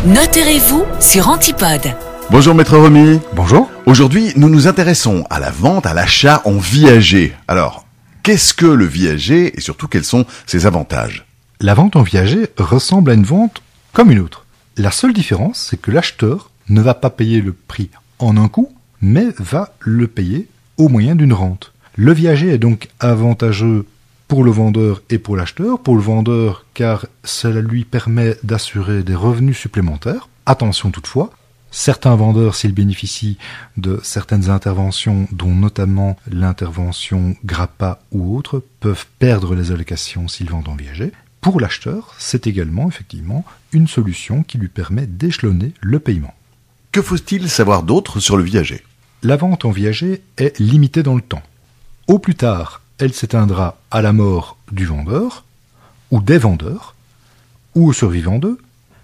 Notez-vous sur Antipode. Bonjour Maître Remy. Bonjour. Aujourd'hui, nous nous intéressons à la vente, à l'achat en viager. Alors, qu'est-ce que le viager et surtout quels sont ses avantages ? La vente en viager ressemble à une vente comme une autre. La seule différence, c'est que l'acheteur ne va pas payer le prix en un coup, mais va le payer au moyen d'une rente. Le viager est donc avantageux pour le vendeur et pour l'acheteur. Pour le vendeur, car cela lui permet d'assurer des revenus supplémentaires. Attention toutefois, certains vendeurs, s'ils bénéficient de certaines interventions, dont notamment l'intervention Grappa ou autre, peuvent perdre les allocations s'ils vendent en viager. Pour l'acheteur, c'est également effectivement une solution qui lui permet d'échelonner le paiement. Que faut-il savoir d'autre sur le viager ? La vente en viager est limitée dans le temps. Au plus tard, elle s'éteindra à la mort du vendeur, ou des vendeurs, ou au survivant d'eux,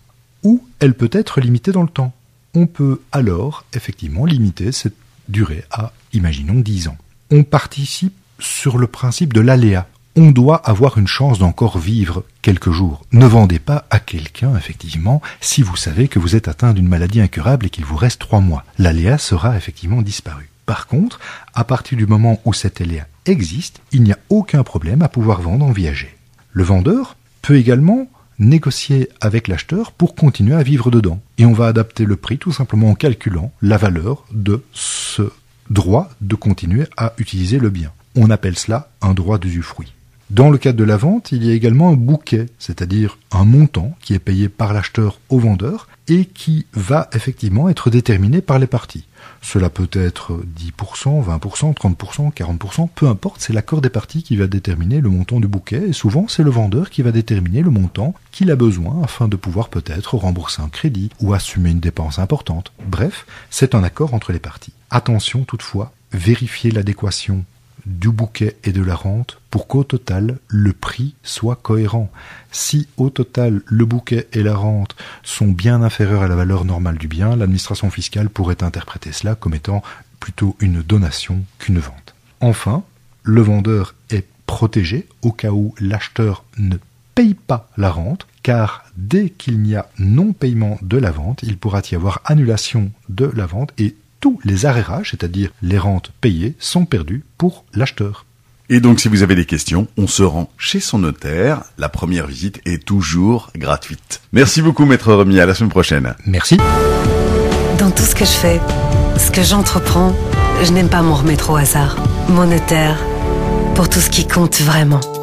ou elle peut être limitée dans le temps. On peut alors effectivement limiter cette durée à, imaginons, 10 ans. On participe sur le principe de l'aléa. On doit avoir une chance d'encore vivre quelques jours. Ne vendez pas à quelqu'un, effectivement, si vous savez que vous êtes atteint d'une maladie incurable et qu'il vous reste 3 mois. L'aléa sera effectivement disparu. Par contre, à partir du moment où cet aléa existe, il n'y a aucun problème à pouvoir vendre en viager. Le vendeur peut également négocier avec l'acheteur pour continuer à vivre dedans. Et on va adapter le prix tout simplement en calculant la valeur de ce droit de continuer à utiliser le bien. On appelle cela un droit d'usufruit. Dans le cadre de la vente, il y a également un bouquet, c'est-à-dire un montant qui est payé par l'acheteur au vendeur et qui va effectivement être déterminé par les parties. Cela peut être 10%, 20%, 30%, 40%, peu importe, c'est l'accord des parties qui va déterminer le montant du bouquet et souvent c'est le vendeur qui va déterminer le montant qu'il a besoin afin de pouvoir peut-être rembourser un crédit ou assumer une dépense importante. Bref, c'est un accord entre les parties. Attention toutefois, vérifiez l'adéquation du bouquet et de la rente pour qu'au total, le prix soit cohérent. Si au total, le bouquet et la rente sont bien inférieurs à la valeur normale du bien, l'administration fiscale pourrait interpréter cela comme étant plutôt une donation qu'une vente. Enfin, le vendeur est protégé au cas où l'acheteur ne paye pas la rente, car dès qu'il n'y a non-paiement de la vente, il pourra y avoir annulation de la vente et tous les arrérages, c'est-à-dire les rentes payées, sont perdus pour l'acheteur. Et donc si vous avez des questions, on se rend chez son notaire. La première visite est toujours gratuite. Merci beaucoup Maître Remy, à la semaine prochaine. Merci. Dans tout ce que je fais, ce que j'entreprends, je n'aime pas m'en remettre au hasard. Mon notaire, pour tout ce qui compte vraiment.